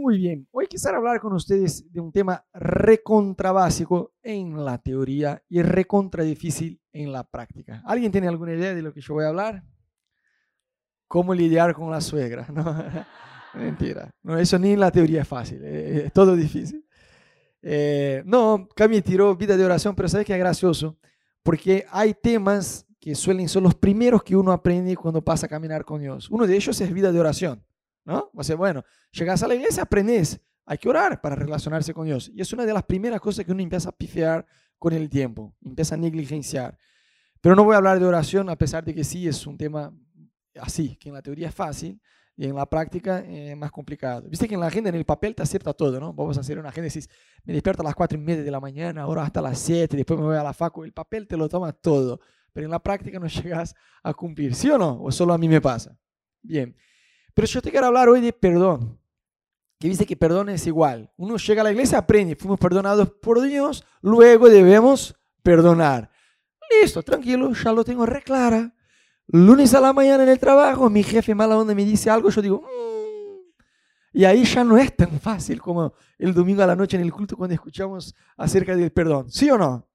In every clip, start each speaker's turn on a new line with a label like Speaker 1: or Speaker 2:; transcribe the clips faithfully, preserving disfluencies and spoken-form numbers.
Speaker 1: Muy bien, hoy quisiera hablar con ustedes de un tema recontra básico en la teoría y recontra difícil en la práctica. ¿Alguien tiene alguna idea de lo que yo voy a hablar? ¿Cómo lidiar con la suegra? No, mentira, no, eso ni en la teoría es fácil, es todo difícil. Eh, no, Cami tiró vida de oración, pero ¿sabes qué es gracioso? Porque hay temas que suelen ser los primeros que uno aprende cuando pasa a caminar con Dios. Uno de ellos es vida de oración, ¿no? O sea, bueno, llegas a la iglesia, aprendes, hay que orar para relacionarse con Dios. Y es una de las primeras cosas que uno empieza a pifiar con el tiempo, empieza a negligenciar. Pero no voy a hablar de oración, a pesar de que sí es un tema así, que en la teoría es fácil y en la práctica es más complicado. Viste que en la agenda, en el papel, te acierta todo, ¿no? Vamos a hacer una agenda y decís, me despierto a las cuatro y media de la mañana, ahora hasta las siete, después me voy a la facu. El papel te lo toma todo, pero en la práctica no llegas a cumplir, ¿sí o no? ¿O solo a mí me pasa? Bien, pero yo te quiero hablar hoy de perdón, que dice que perdón es igual. Uno llega a la iglesia, aprende, fuimos perdonados por Dios, luego debemos perdonar. Listo, tranquilo, ya lo tengo re clara. Lunes a la mañana en el trabajo, mi jefe mala onda me dice algo, yo digo, mmm. Y ahí ya no es tan fácil como el domingo a la noche en el culto cuando escuchamos acerca del perdón, ¿sí o no?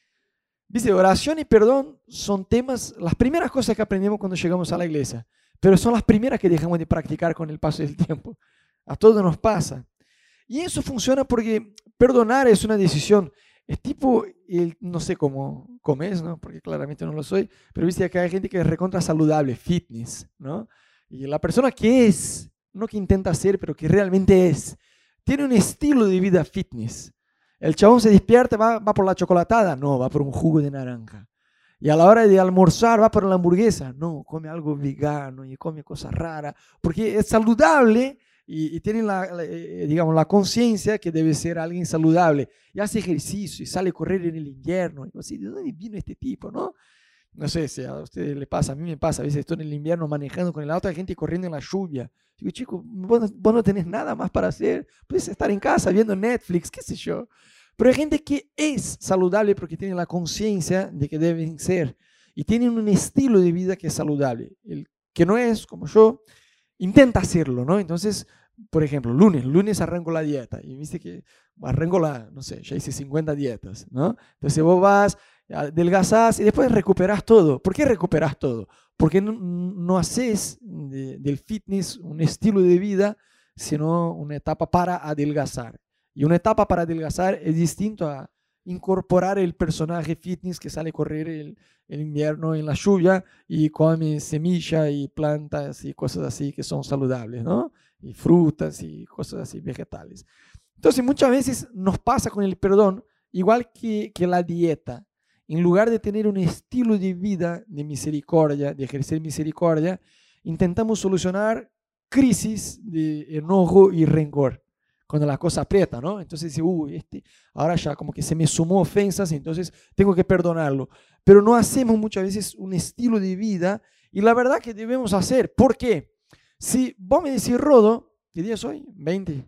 Speaker 1: Dice, oración y perdón son temas, las primeras cosas que aprendemos cuando llegamos a la iglesia, pero son las primeras que dejamos de practicar con el paso del tiempo. A todos nos pasa. Y eso funciona porque perdonar es una decisión. Es tipo, el, no sé cómo comes, ¿no? Porque claramente no lo soy, pero viste que hay gente que es recontra saludable, fitness, ¿no? Y la persona que es, no que intenta ser, pero que realmente es, tiene un estilo de vida fitness. El chabón se despierta, va, va por la chocolatada, no, va por un jugo de naranja. Y a la hora de almorzar va por la hamburguesa, no, come algo vegano y come cosas raras, porque es saludable. Y, y tienen la, la, eh, digamos, la conciencia que debe ser alguien saludable. Y hace ejercicio y sale a correr en el invierno. Y así, ¿de dónde vino este tipo, no? No sé si a ustedes le pasa, a mí me pasa. A veces estoy en el invierno manejando con la otra gente corriendo en la lluvia. Digo, chico, vos no, vos no tenés nada más para hacer. Puedes estar en casa viendo Netflix, qué sé yo. Pero hay gente que es saludable porque tiene la conciencia de que deben ser. Y tienen un estilo de vida que es saludable. El que no es, como yo, intenta hacerlo, ¿no? Entonces, por ejemplo, lunes, lunes arranco la dieta y viste que arranco la, no sé, ya hice cincuenta dietas, ¿no? Entonces vos vas, adelgazás y después recuperás todo. ¿Por qué recuperás todo? Porque no, no haces de, del fitness un estilo de vida, sino una etapa para adelgazar. Y una etapa para adelgazar es distinto a incorporar el personaje fitness que sale a correr el, el invierno en la lluvia y come semilla y plantas y cosas así que son saludables, ¿no? Y frutas y cosas así, vegetales. Entonces muchas veces nos pasa con el perdón, igual que, que la dieta. En lugar de tener un estilo de vida de misericordia, de ejercer misericordia, intentamos solucionar crisis de enojo y rencor. Cuando la cosa aprieta, ¿no? Entonces dice, uy, este, ahora ya como que se me sumó ofensas, entonces tengo que perdonarlo. Pero no hacemos muchas veces un estilo de vida y la verdad que debemos hacer. ¿Por qué? Si vos me decís, Rodo, ¿qué día es hoy? veinte.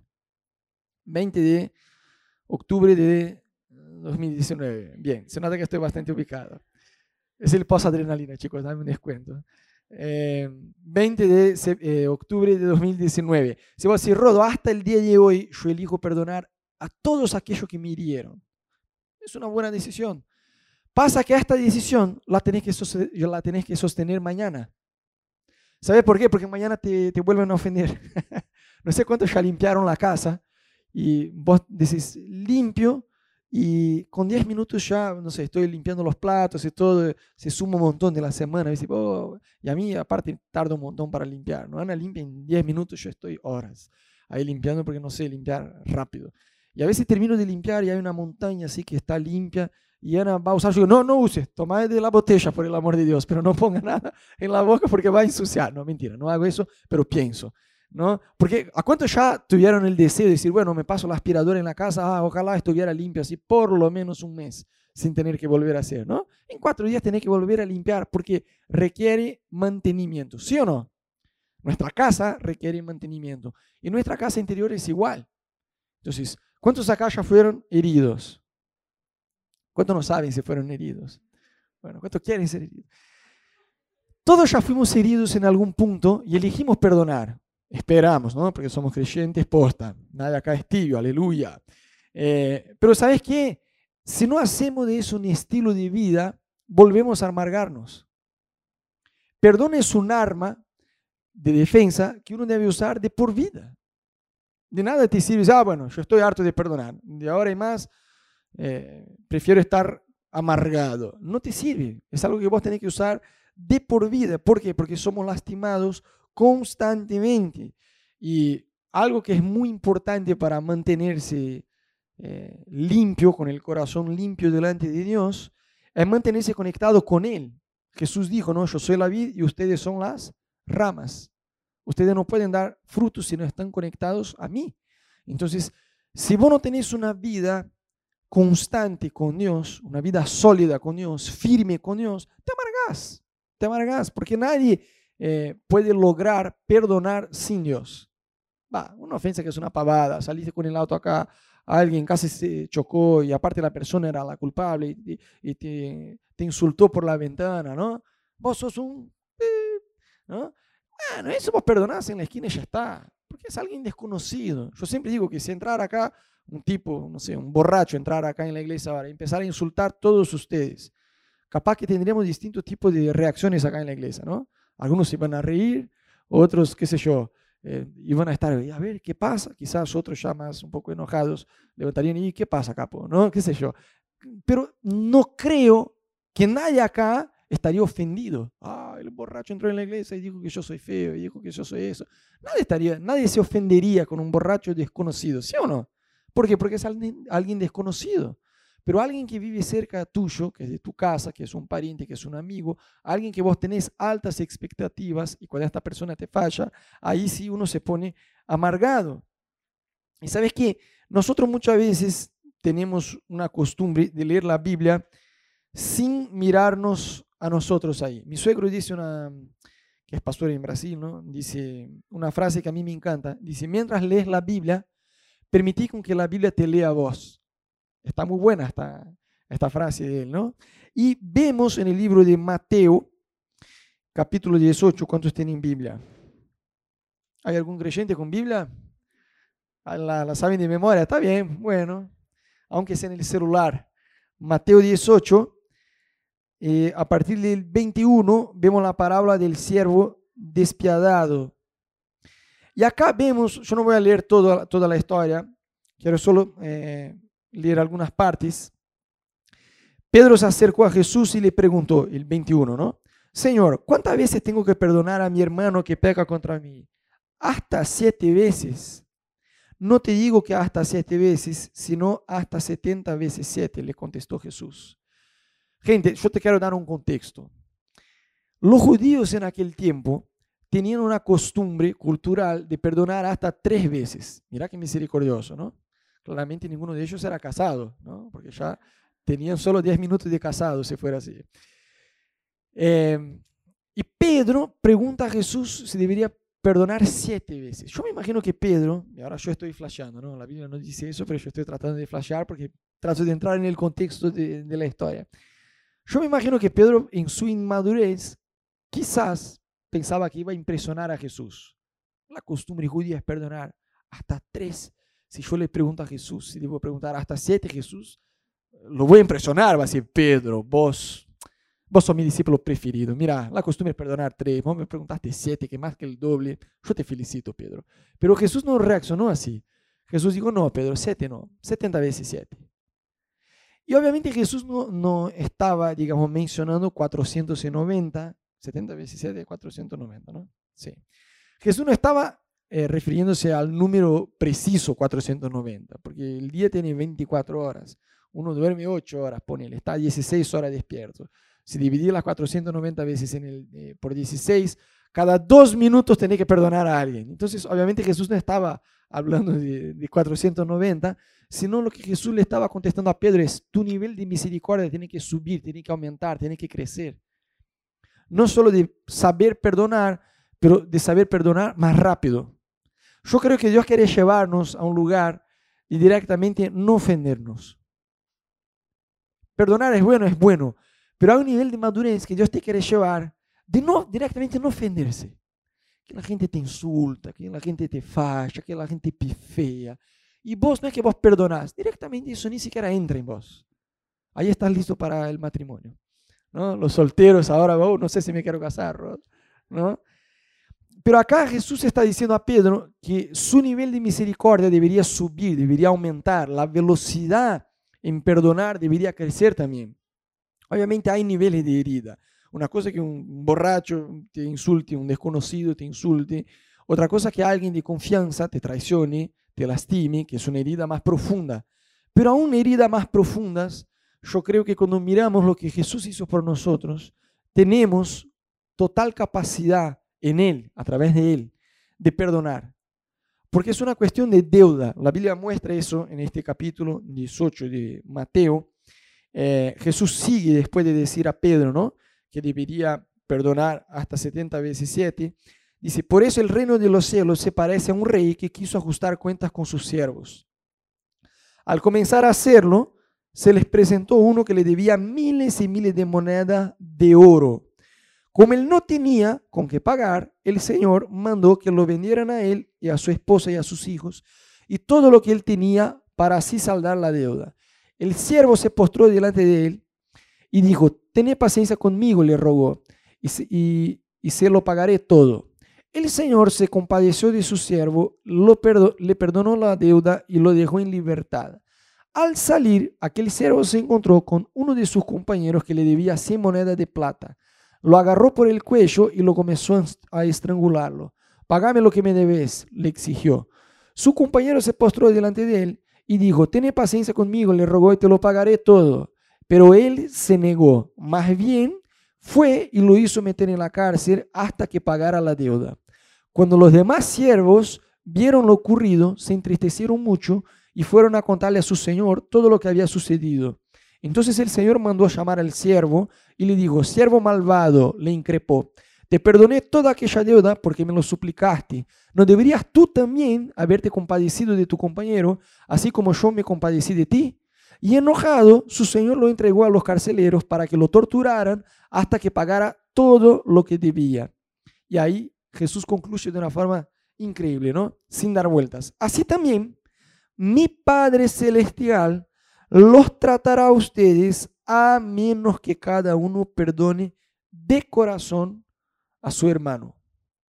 Speaker 1: veinte de octubre de dos mil diecinueve. Bien, se nota que estoy bastante ubicado. Es el post-adrenalina, chicos, dame un descuento. Eh, veinte de eh, octubre de dos mil diecinueve. Si vos decís, Rodo, hasta el día de hoy yo elijo perdonar a todos aquellos que me hirieron. Es una buena decisión. Pasa que esta decisión la tenés que sostener, la tenés que sostener mañana. ¿Sabes por qué? Porque mañana te, te vuelven a ofender. No sé cuántos ya limpiaron la casa y vos decís limpio y con diez minutos ya, no sé, estoy limpiando los platos y todo, se suma un montón de la semana. Y, dice, oh, y a mí aparte tarda un montón para limpiar, ¿no? Ana limpia en diez minutos, yo estoy horas ahí limpiando porque no sé limpiar rápido. Y a veces termino de limpiar y hay una montaña así que está limpia y Ana va a usar, yo digo, no, no uses, toma de la botella por el amor de Dios, pero no ponga nada en la boca porque va a ensuciar. No, mentira, no hago eso, pero pienso, ¿no? Porque ¿a cuánto ya tuvieron el deseo de decir, bueno, me paso la aspiradora en la casa, ah, ojalá estuviera limpio así por lo menos un mes sin tener que volver a hacer, ¿no? En cuatro días tenés que volver a limpiar porque requiere mantenimiento, ¿sí o no? Nuestra casa requiere mantenimiento y nuestra casa interior es igual. Entonces, ¿cuántos acá ya fueron heridos? ¿Cuántos no saben si fueron heridos? Bueno, ¿cuántos quieren ser heridos? Todos ya fuimos heridos en algún punto y elegimos perdonar. Esperamos, ¿no? Porque somos creyentes, posta. Nadie acá es tibio, aleluya. Eh, pero ¿sabes qué? Si no hacemos de eso un estilo de vida, volvemos a amargarnos. Perdón es un arma de defensa que uno debe usar de por vida. De nada te sirve, ah, bueno, yo estoy harto de perdonar. De ahora y más, eh, prefiero estar amargado. No te sirve. Es algo que vos tenés que usar de por vida. ¿Por qué? Porque somos lastimados constantemente. Y algo que es muy importante para mantenerse eh, limpio, con el corazón limpio delante de Dios, es mantenerse conectado con Él. Jesús dijo, no, yo soy la vid y ustedes son las ramas. Ustedes no pueden dar frutos si no están conectados a mí. Entonces, si vos no tenés una vida constante con Dios, una vida sólida con Dios, firme con Dios, te amargás, te amargás, porque nadie eh, puede lograr perdonar sin Dios. Va, una ofensa que es una pavada, saliste con el auto acá, alguien casi se chocó y aparte la persona era la culpable y, y te, te insultó por la ventana, ¿no? Vos sos un... ¿no? Bueno, eso vos perdonás en la esquina y ya está, porque es alguien desconocido. Yo siempre digo que si entrar acá un tipo, no sé, un borracho, entrar acá en la iglesia ahora y empezar a insultar a todos ustedes, capaz que tendríamos distintos tipos de reacciones acá en la iglesia, ¿no? Algunos se van a reír, otros, qué sé yo, eh, iban a estar, a ver, ¿qué pasa? Quizás otros ya más un poco enojados levantarían y ¿qué pasa, capo? ¿No? ¿Qué sé yo? Pero no creo que nadie acá estaría ofendido. Ah, el borracho entró en la iglesia y dijo que yo soy feo y dijo que yo soy eso. Nadie, estaría, nadie se ofendería con un borracho desconocido, ¿sí o no? ¿Por qué? Porque es alguien, alguien desconocido. Pero alguien que vive cerca tuyo, que es de tu casa, que es un pariente, que es un amigo, alguien que vos tenés altas expectativas y cuando esta persona te falla, ahí sí uno se pone amargado. Y sabes que nosotros muchas veces tenemos una costumbre de leer la Biblia sin mirarnos a nosotros ahí. Mi suegro dice una, que es pastor en Brasil, ¿no? Dice una frase que a mí me encanta. Dice, mientras lees la Biblia, permití con que la Biblia te lea a vos. Está muy buena esta, esta frase de él, ¿no? Y vemos en el libro de Mateo, capítulo dieciocho, ¿cuántos tienen Biblia? ¿Hay algún creyente con Biblia? La, la saben de memoria, está bien, bueno, aunque sea en el celular. Mateo dieciocho, eh, a partir del veintiuno, vemos la parábola del siervo despiadado. Y acá vemos, yo no voy a leer todo, toda la historia, quiero solo... Eh, leer algunas partes. Pedro se acercó a Jesús y le preguntó, el veintiuno, ¿no? Señor, ¿cuántas veces tengo que perdonar a mi hermano que peca contra mí? Hasta siete veces. No te digo que hasta siete veces, sino hasta setenta veces siete, le contestó Jesús. Gente, yo te quiero dar un contexto. Los judíos en aquel tiempo tenían una costumbre cultural de perdonar hasta tres veces. Mirá qué misericordioso, ¿no? Claramente ninguno de ellos era casado, ¿no? Porque ya tenían solo diez minutos de casado, si fuera así. Eh, y Pedro pregunta a Jesús si debería perdonar siete veces. Yo me imagino que Pedro, y ahora yo estoy flasheando, ¿no? La Biblia no dice eso, pero yo estoy tratando de flashear porque trato de entrar en el contexto de, de la historia. Yo me imagino que Pedro, en su inmadurez, quizás pensaba que iba a impresionar a Jesús. La costumbre judía es perdonar hasta tres. Si yo le pregunto a Jesús, si debo preguntar hasta siete, Jesús, lo voy a impresionar, va a decir, Pedro, vos, vos sos mi discípulo preferido. Mira, la costumbre es perdonar tres, vos me preguntaste siete, que más que el doble. Yo te felicito, Pedro. Pero Jesús no reaccionó así. Jesús dijo, no, Pedro, siete no, setenta veces siete. Y obviamente Jesús no, no estaba, digamos, mencionando cuatrocientos noventa, setenta veces siete, cuatrocientos noventa, ¿no? Sí. Jesús no estaba eh, refiriéndose al número preciso cuatrocientos noventa, porque el día tiene veinticuatro horas. Uno duerme ocho horas, ponele, está dieciséis horas despierto. Si dividir las cuatrocientos noventa veces en el, eh, por dieciséis, cada dos minutos tenés que perdonar a alguien. Entonces, obviamente Jesús no estaba hablando de, de cuatrocientos noventa, sino lo que Jesús le estaba contestando a Pedro es, tu nivel de misericordia tiene que subir, tiene que aumentar, tiene que crecer. No solo de saber perdonar, pero de saber perdonar más rápido. Yo creo que Dios quiere llevarnos a un lugar y directamente no ofendernos. Perdonar es bueno, es bueno, pero hay un nivel de madurez que Dios te quiere llevar de no, directamente no ofenderse. que la gente te insulta, que la gente te facha, que la gente pifea. Y vos no es que vos perdonás, directamente eso ni siquiera entra en vos. Ahí estás listo para el matrimonio, ¿no? Los solteros ahora, oh, no sé si me quiero casar, ¿no? Pero acá Jesús está diciendo a Pedro que su nivel de misericordia debería subir, debería aumentar, la velocidad en perdonar debería crecer también. Obviamente hay niveles de herida. Una cosa es que un borracho te insulte, un desconocido te insulte. Otra cosa es que alguien de confianza te traicione, te lastime, que es una herida más profunda. Pero aún heridas más profundas, yo creo que cuando miramos lo que Jesús hizo por nosotros, tenemos total capacidad en Él, a través de Él, de perdonar. Porque es una cuestión de deuda. La Biblia muestra eso en este capítulo dieciocho de Mateo. Eh, Jesús sigue después de decir a Pedro, ¿no?, que debería perdonar hasta setenta veces siete. Dice, por eso el reino de los cielos se parece a un rey que quiso ajustar cuentas con sus siervos. Al comenzar a hacerlo, se les presentó uno que le debía miles y miles de monedas de oro. Como él no tenía con qué pagar, el Señor mandó que lo vendieran a él y a su esposa y a sus hijos y todo lo que él tenía para así saldar la deuda. El siervo se postró delante de él y dijo, tened paciencia conmigo, le rogó, y se, y, y se lo pagaré todo. El Señor se compadeció de su siervo, lo perdo, le perdonó la deuda y lo dejó en libertad. Al salir, aquel siervo se encontró con uno de sus compañeros que le debía cien monedas de plata. Lo agarró por el cuello y lo comenzó a estrangularlo. Págame lo que me debes, le exigió. Su compañero se postró delante de él y dijo, ten paciencia conmigo, le rogó, y te lo pagaré todo. Pero él se negó. Más bien, fue y lo hizo meter en la cárcel hasta que pagara la deuda. Cuando los demás siervos vieron lo ocurrido, se entristecieron mucho y fueron a contarle a su señor todo lo que había sucedido. Entonces el Señor mandó a llamar al siervo y le dijo, siervo malvado, le increpó, te perdoné toda aquella deuda porque me lo suplicaste. ¿No deberías tú también haberte compadecido de tu compañero, así como yo me compadecí de ti? Y enojado, su señor lo entregó a los carceleros para que lo torturaran hasta que pagara todo lo que debía. Y ahí Jesús concluye de una forma increíble, ¿no? Sin dar vueltas. Así también, mi Padre Celestial los tratará a ustedes a menos que cada uno perdone de corazón a su hermano.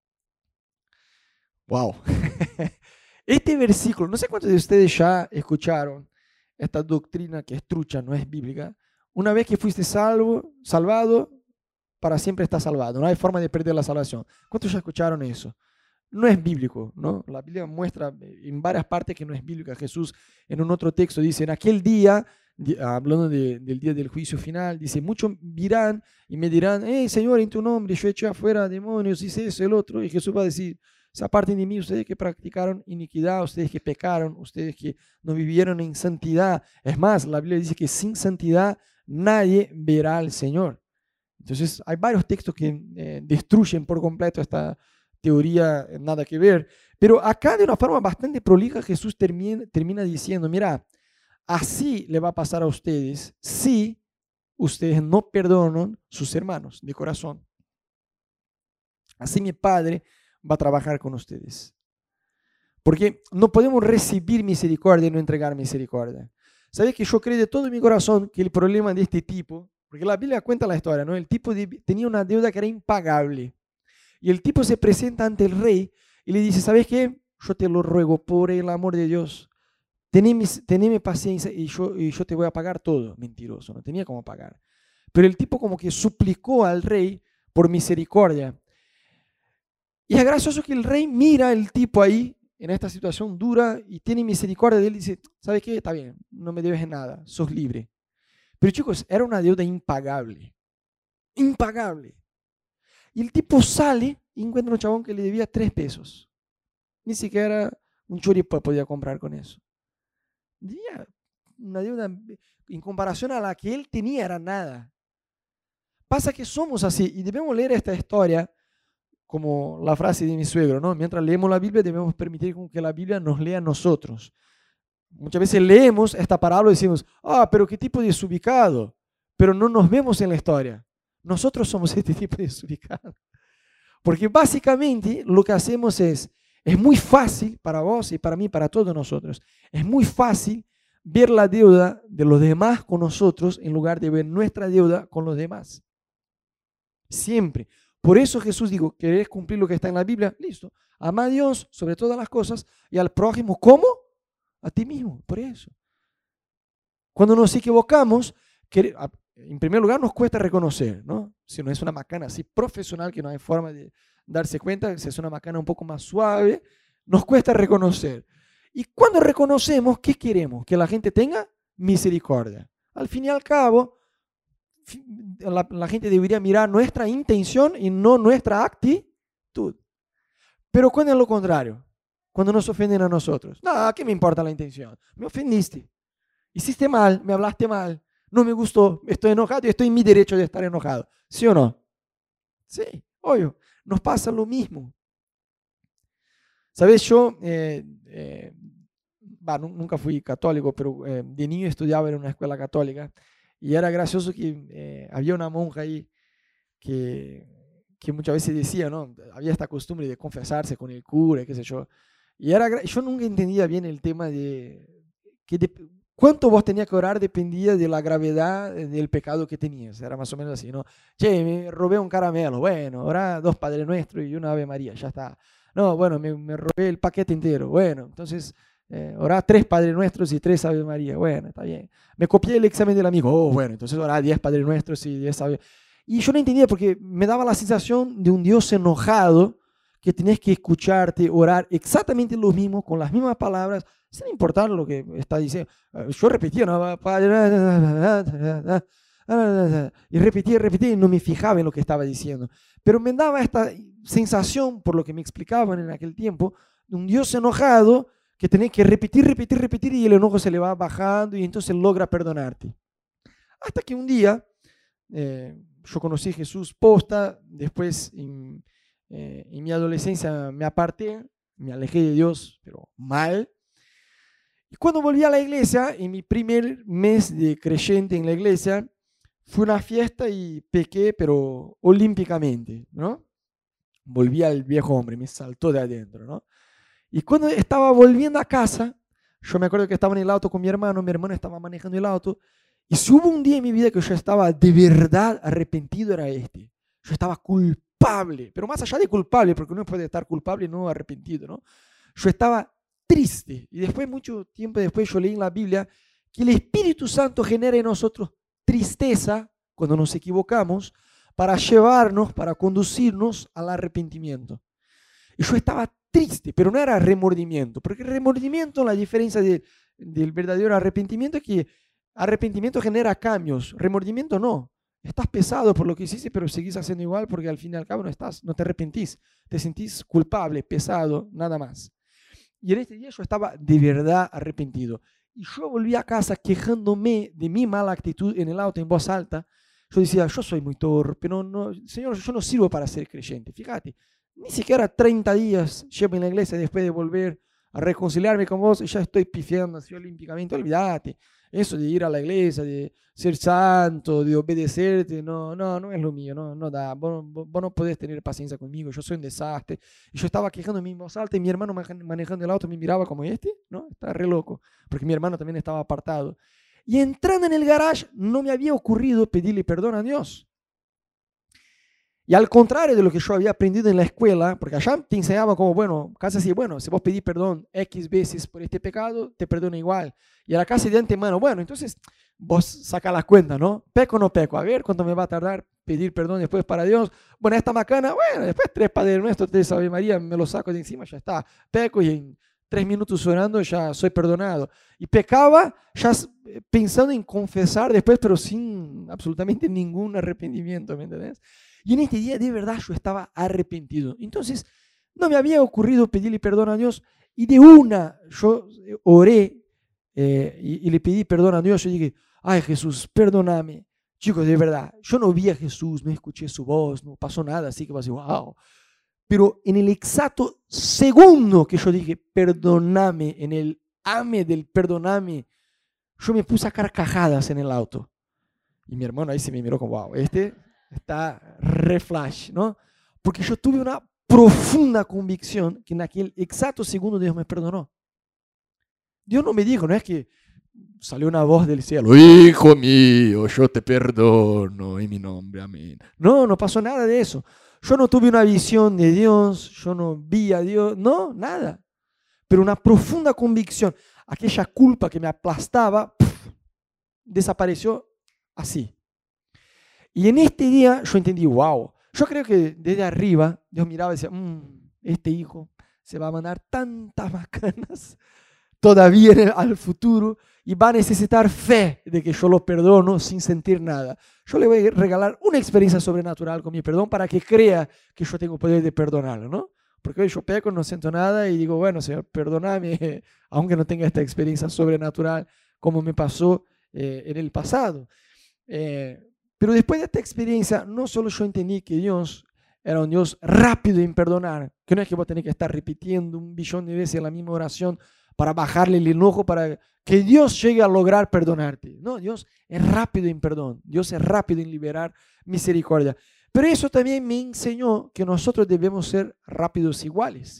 Speaker 1: Wow. Este versículo, no sé cuántos de ustedes ya escucharon esta doctrina que es trucha, no es bíblica. Una vez que fuiste salvo, salvado, para siempre estás salvado. No hay forma de perder la salvación. ¿Cuántos ya escucharon eso? No es bíblico, ¿no? La Biblia muestra en varias partes que no es bíblica. Jesús en un otro texto dice, en aquel día, hablando de, del día del juicio final, dice, muchos virán y me dirán, hey Señor, en tu nombre yo eché afuera demonios, hice eso, el otro. Y Jesús va a decir, se aparten de mí ustedes que practicaron iniquidad, ustedes que pecaron, ustedes que no vivieron en santidad. Es más, la Biblia dice que sin santidad nadie verá al Señor. Entonces hay varios textos que eh, destruyen por completo esta teoría, nada que ver. Pero acá de una forma bastante prolija Jesús termina, termina diciendo, mira, así le va a pasar a ustedes si ustedes no perdonan sus hermanos de corazón. Así mi Padre va a trabajar con ustedes. Porque no podemos recibir misericordia y no entregar misericordia. ¿Sabes que yo creo de todo mi corazón que el problema de este tipo, porque la Biblia cuenta la historia, ¿no? El tipo de, tenía una deuda que era impagable. Y el tipo se presenta ante el rey y le dice, ¿sabes qué? Yo te lo ruego por el amor de Dios. Teneme, teneme paciencia y yo, y yo te voy a pagar todo. Mentiroso, no tenía cómo pagar. Pero el tipo como que suplicó al rey por misericordia. Y es gracioso que el rey mira al tipo ahí en esta situación dura y tiene misericordia de él y dice, ¿sabes qué? Está bien, no me debes nada, sos libre. Pero chicos, era una deuda impagable. Impagable. Y el tipo sale y encuentra un chabón que le debía tres pesos. Ni siquiera un choripán podía comprar con eso. Debía una deuda en comparación a la que él tenía era nada. Pasa que somos así y debemos leer esta historia como la frase de mi suegro, ¿no? Mientras leemos la Biblia debemos permitir que la Biblia nos lea a nosotros. Muchas veces leemos esta parábola y decimos, ah, pero qué tipo de desubicado, pero no nos vemos en la historia. Nosotros somos este tipo de desubicado. Porque básicamente lo que hacemos es, es muy fácil para vos y para mí, para todos nosotros, es muy fácil ver la deuda de los demás con nosotros en lugar de ver nuestra deuda con los demás. Siempre. Por eso Jesús dijo, ¿querés cumplir lo que está en la Biblia? Listo. Ama a Dios sobre todas las cosas y al prójimo, ¿cómo? A ti mismo, por eso. Cuando nos equivocamos, en primer lugar nos cuesta reconocer, ¿no? Si no es una macana así profesional que no hay forma de darse cuenta, si es una macana un poco más suave, nos cuesta reconocer. Y cuando reconocemos, ¿qué queremos? Que la gente tenga misericordia. Al fin y al cabo, la, la gente debería mirar nuestra intención y no nuestra actitud. Pero cuando es lo contrario, cuando nos ofenden a nosotros, no, ¿qué me importa la intención? Me ofendiste, hiciste mal, me hablaste mal, no me gustó, estoy enojado y estoy en mi derecho de estar enojado. ¿Sí o no? Sí, obvio, nos pasa lo mismo. ¿Sabes? Yo eh, eh, bah, nunca fui católico, pero eh, de niño estudiaba en una escuela católica y era gracioso que eh, había una monja ahí que, que muchas veces decía, ¿no? Había esta costumbre de confesarse con el cura, qué sé yo. Y era, yo nunca entendía bien el tema de que de, cuánto vos tenías que orar dependía de la gravedad del pecado que tenías. Era más o menos así, ¿no? Che, me robé un caramelo. Bueno, orá dos Padre Nuestro y una Ave María, ya está. No, bueno, me, me robé el paquete entero. Bueno, entonces eh, orá tres Padre Nuestros y tres Ave María. Bueno, está bien. Me copié el examen del amigo. Oh, bueno, entonces orá diez Padre Nuestros y diez Ave. Y yo no entendía porque me daba la sensación de un Dios enojado que tenés que escucharte, orar exactamente lo mismo, con las mismas palabras, sin importar lo que está diciendo. Yo repetía, ¿no? Y repetía, repetía y no me fijaba en lo que estaba diciendo. Pero me daba esta sensación, por lo que me explicaban en aquel tiempo, de un Dios enojado que tenés que repetir, repetir, repetir y el enojo se le va bajando y entonces logra perdonarte. Hasta que un día eh, yo conocí a Jesús posta, después en, eh, en mi adolescencia me aparté, me alejé de Dios, pero mal. Y cuando volví a la iglesia, en mi primer mes de creyente en la iglesia, fue una fiesta y pequé, pero olímpicamente, ¿no? Volví al viejo hombre, me saltó de adentro, ¿no? Y cuando estaba volviendo a casa, yo me acuerdo que estaba en el auto con mi hermano, mi hermano estaba manejando el auto, y si hubo un día en mi vida que yo estaba de verdad arrepentido, era este. Yo estaba culpable, pero más allá de culpable, porque uno puede estar culpable y no arrepentido, ¿no? Yo estaba triste. Y después, mucho tiempo después, yo leí en la Biblia que el Espíritu Santo genera en nosotros tristeza cuando nos equivocamos para llevarnos, para conducirnos al arrepentimiento. Y yo estaba triste, pero no era remordimiento, porque el remordimiento, la diferencia de, del verdadero arrepentimiento es que arrepentimiento genera cambios, remordimiento no. Estás pesado por lo que hiciste, pero seguís haciendo igual porque al fin y al cabo no estás, no te arrepentís, te sentís culpable, pesado, nada más. Y en este día yo estaba de verdad arrepentido. Y yo volví a casa quejándome de mi mala actitud en el auto en voz alta. Yo decía, yo soy muy torpe, no, no, Señor, yo no sirvo para ser creyente. Fíjate, ni siquiera treinta días llevo en la iglesia después de volver a reconciliarme con vos y ya estoy pifiando así olímpicamente. Olvídate. Eso de ir a la iglesia, de ser santo, de obedecerte, no, no, no es lo mío, no, no da. Vos, vos, vos no podés tener paciencia conmigo, yo soy un desastre. Y yo estaba quejándome en voz alta y mi hermano manejando el auto me miraba como este, ¿no? Está re loco, porque mi hermano también estaba apartado. Y entrando en el garage, no me había ocurrido pedirle perdón a Dios. Y al contrario de lo que yo había aprendido en la escuela, porque allá te enseñaban como, bueno, casi así, bueno, si vos pedís perdón X veces por este pecado, te perdona igual. Y era casi de antemano, bueno, entonces vos sacás las cuentas, ¿no? ¿Peco o no peco? A ver, ¿cuánto me va a tardar pedir perdón después para Dios? Bueno, esta macana, bueno, después tres Padre Nuestro, tres Ave María, me lo saco de encima, ya está. Peco y en tres minutos orando ya soy perdonado. Y pecaba ya pensando en confesar después, pero sin absolutamente ningún arrepentimiento, ¿me entendés? Y en este día de verdad yo estaba arrepentido. Entonces no me había ocurrido pedirle perdón a Dios y de una yo oré eh, y, y le pedí perdón a Dios. Yo dije, ay Jesús, perdóname. Chicos, de verdad, yo no vi a Jesús, no escuché su voz, no pasó nada, así que va a decir, wow. Pero en el exacto segundo que yo dije, perdóname, en el ame del perdóname, yo me puse a carcajadas en el auto. Y mi hermano ahí se me miró como, wow, este... está re flash, ¿no? Porque yo tuve una profunda convicción que en aquel exacto segundo Dios me perdonó. Dios no me dijo, no es que salió una voz del cielo, hijo mío, yo te perdono en mi nombre, amén. No, no pasó nada de eso. Yo no tuve una visión de Dios, yo no vi a Dios, no, nada. Pero una profunda convicción, aquella culpa que me aplastaba, ¡puf!, desapareció así. Y en este día yo entendí, wow, yo creo que desde arriba Dios miraba y decía, mmm, este hijo se va a mandar tantas macanas todavía en el, al futuro y va a necesitar fe de que yo lo perdono sin sentir nada. Yo le voy a regalar una experiencia sobrenatural con mi perdón para que crea que yo tengo poder de perdonarlo, ¿no? Porque hoy yo peco, no siento nada y digo, bueno, Señor, perdóname, aunque no tenga esta experiencia sobrenatural como me pasó eh, en el pasado. Eh, pero después de esta experiencia, no solo yo entendí que Dios era un Dios rápido en perdonar, que no es que vos tenés que estar repitiendo un billón de veces la misma oración para bajarle el enojo, para que Dios llegue a lograr perdonarte. No, Dios es rápido en perdón, Dios es rápido en liberar misericordia. Pero eso también me enseñó que nosotros debemos ser rápidos iguales.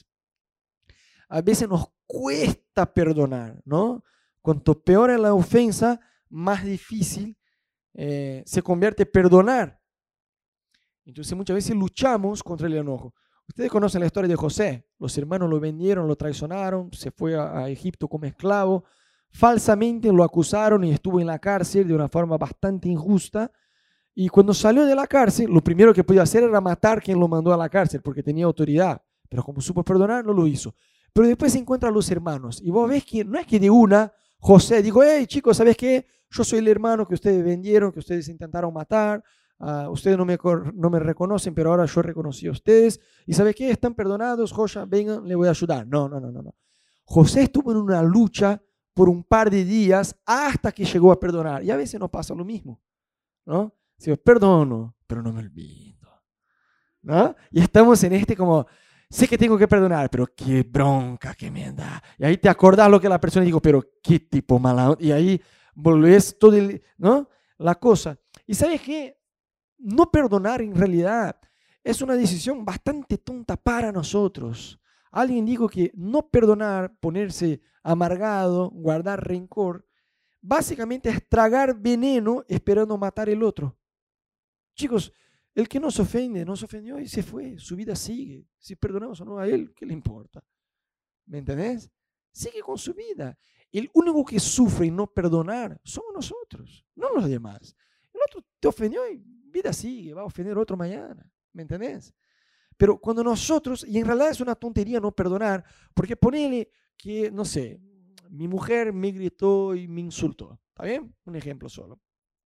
Speaker 1: A veces nos cuesta perdonar, ¿no? Cuanto peor es la ofensa, más difícil eh, se convierte perdonar. Entonces muchas veces luchamos contra el enojo. Ustedes conocen la historia de José. Los hermanos lo vendieron, lo traicionaron, se fue a, a Egipto como esclavo. Falsamente lo acusaron y estuvo en la cárcel de una forma bastante injusta. Y cuando salió de la cárcel, lo primero que podía hacer era matar a quien lo mandó a la cárcel, porque tenía autoridad. Pero como supo perdonar, no lo hizo. Pero después se encuentran los hermanos. Y vos ves que no es que de una, José dijo, hey chicos, ¿sabes qué? Yo soy el hermano que ustedes vendieron, que ustedes intentaron matar. Uh, ustedes no me, no me reconocen, pero ahora yo reconocí a ustedes. ¿Y sabe qué? Están perdonados, Joya, vengan, le voy a ayudar. No, no, no, no, no. José estuvo en una lucha por un par de días hasta que llegó a perdonar. Y a veces nos pasa lo mismo, ¿no? Si yo perdono, pero no me olvido, ¿no? Y estamos en este como, sé que tengo que perdonar, pero qué bronca que me da. Y ahí te acordás lo que la persona dijo, pero qué tipo mala. Y ahí volvés todo el, ¿no? La cosa. ¿Y sabes qué? No perdonar en realidad es una decisión bastante tonta para nosotros. Alguien dijo que no perdonar, ponerse amargado, guardar rencor, básicamente es tragar veneno esperando matar el otro. Chicos, el que nos ofende, nos ofendió y se fue, su vida sigue. Si perdonamos o no a él, ¿qué le importa? ¿Me entendés? Sigue con su vida. El único que sufre y no perdonar somos nosotros, no los demás. El otro te ofendió y vida sigue, va a ofender otro mañana, ¿me entendés? Pero cuando nosotros, y en realidad es una tontería no perdonar, porque ponele que, no sé, mi mujer me gritó y me insultó, ¿está bien? Un ejemplo solo.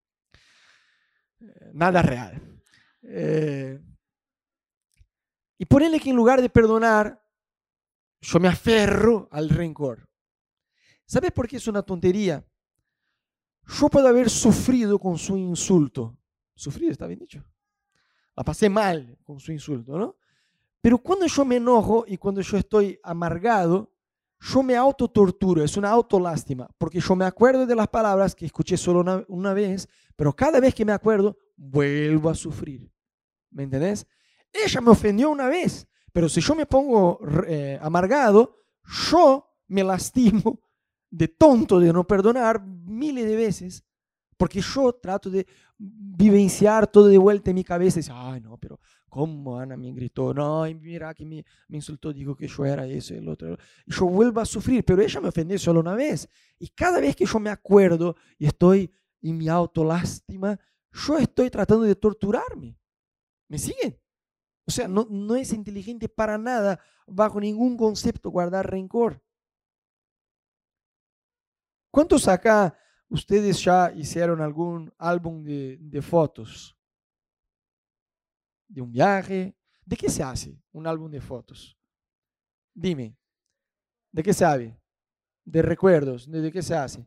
Speaker 1: Eh, nada real. Eh, y ponele que en lugar de perdonar, yo me aferro al rencor. ¿Sabes por qué es una tontería? Yo puedo haber sufrido con su insulto. Sufrido, está bien dicho. La pasé mal con su insulto, ¿no? Pero cuando yo me enojo y cuando yo estoy amargado, yo me autotorturo, es una autolástima, porque yo me acuerdo de las palabras que escuché solo una, una vez, pero cada vez que me acuerdo, vuelvo a sufrir. ¿Me entendés? Ella me ofendió una vez, pero si yo me pongo eh, amargado, yo me lastimo de tonto de no perdonar miles de veces, porque yo trato de vivenciar todo de vuelta en mi cabeza y decir, ay no, pero ¿cómo Ana me gritó? No, mira que me, me insultó, dijo que yo era eso y el otro. Y yo vuelvo a sufrir, pero ella me ofendió solo una vez. Y cada vez que yo me acuerdo y estoy en mi autolástima, yo estoy tratando de torturarme. ¿Me siguen? O sea, no, no es inteligente para nada, bajo ningún concepto, guardar rencor. ¿Cuántos acá ustedes ya hicieron algún álbum de, de fotos? ¿De un viaje? ¿De qué se hace un álbum de fotos? Dime, ¿de qué sabe? ¿De recuerdos? ¿De, de qué se hace?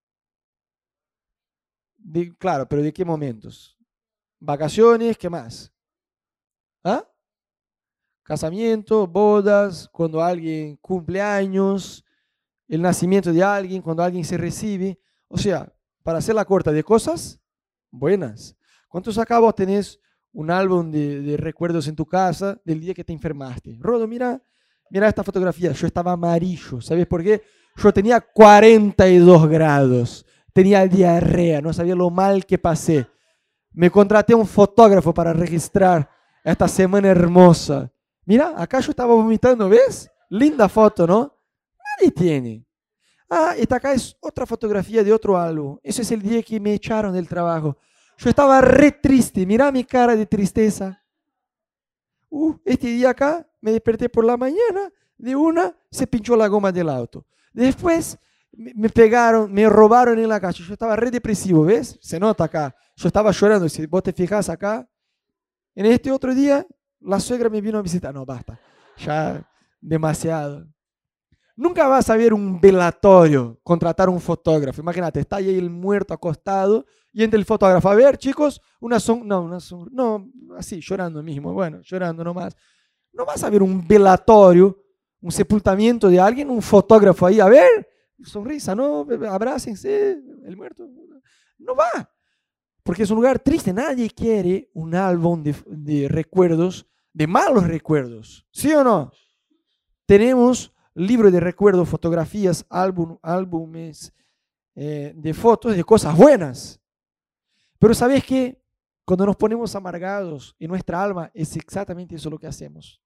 Speaker 1: De, claro, pero ¿de qué momentos? ¿Vacaciones? ¿Qué más? ¿Ah? Casamiento, bodas, cuando alguien cumple años, el nacimiento de alguien, cuando alguien se recibe. O sea, para hacer la corta, de cosas buenas. ¿Cuántos acá vos tenés un álbum de, de recuerdos en tu casa del día que te enfermaste. Rodo, mira, mira esta fotografía. Yo estaba amarillo. ¿Sabes por qué? Yo tenía cuarenta y dos grados. Tenía diarrea. No sabía lo mal que pasé. Me contraté a un fotógrafo para registrar esta semana hermosa. Mira, acá yo estaba vomitando, ¿ves? Linda foto, ¿no? Nadie tiene. Ah, esta acá es otra fotografía de otro álbum. Ese es el día que me echaron del trabajo. Yo estaba re triste. Mira mi cara de tristeza. Uh, este día acá me desperté por la mañana. De una se pinchó la goma del auto. Después me pegaron, me robaron en la calle. Yo estaba re depresivo, ¿ves? Se nota acá. Yo estaba llorando. Si vos te fijas acá. En este otro día, la suegra me vino a visitar. No, basta. Ya demasiado. Nunca vas a ver un velatorio, contratar un fotógrafo. Imagínate, está ahí el muerto acostado y entra el fotógrafo. A ver, chicos, una son... No, una son... No, así, llorando mismo. Bueno, llorando nomás. No vas a ver un velatorio, un sepultamiento de alguien, un fotógrafo ahí. A ver, sonrisa, ¿no? Abrácense, el muerto. No va. Porque es un lugar triste. Nadie quiere un álbum de, de recuerdos, de malos recuerdos. ¿Sí o no? Tenemos libros de recuerdos, fotografías, álbum, álbumes eh, de fotos de cosas buenas. Pero ¿sabes qué? Cuando nos ponemos amargados en nuestra alma, es exactamente eso lo que hacemos.